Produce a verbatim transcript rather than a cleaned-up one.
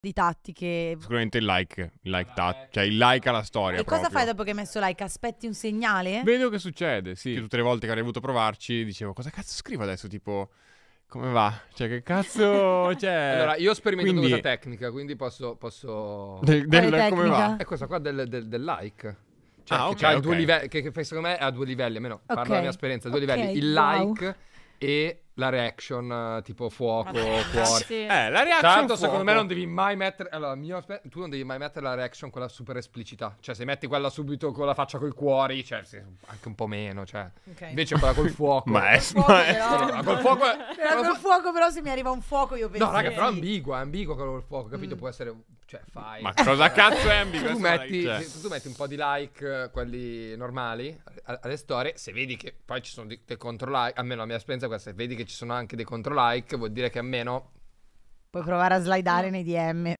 di tattiche. Sicuramente il like, il like tat, cioè il like alla storia. E cosa proprio. fai dopo che hai messo like? Aspetti un segnale? Vedo che succede, sì. Tutte le volte che avrei voluto provarci dicevo cosa cazzo scrivo adesso, tipo come va? Cioè che cazzo c'è? Allora, io ho sperimentato Quindi- questa tecnica, quindi posso... posso... Del, del- Quale come va? tecnica? È questa qua del, del- del like. Cioè, Ah, che ok, c'ha ok. due livelli, che, che secondo me ha due livelli, almeno parlo Ok. della mia esperienza, due Ok, livelli, il wow. like e la reaction, eh, tipo fuoco, cuore. Sì. Eh, la Tra reaction l'altro, secondo fuoco. me non devi mai mettere. Allora, mio aspe- tu non devi mai mettere la reaction quella super esplicita. Cioè, se metti quella subito con la faccia coi cuori, cioè, sì, anche un po' meno. Cioè, Ok. invece quella col fuoco. Ma è, Fuoco, ma è- però. Allora, col fuoco è- Era col fuoco, però se mi arriva un fuoco io penso. No, raga, che- però è ambiguo, è ambiguo quello col fuoco, capito? Mm. Può essere. Cioè, fai. Ma cosa cazzo è ambiguo? Tu Questo metti, cioè. se tu metti un po' di like, eh, quelli normali, a- alle storie, se vedi che poi ci sono dei, dei contro like, almeno la mia esperienza è questa, se vedi che ci sono anche dei contro like, vuol dire che almeno Puoi provare a slidare nei D M.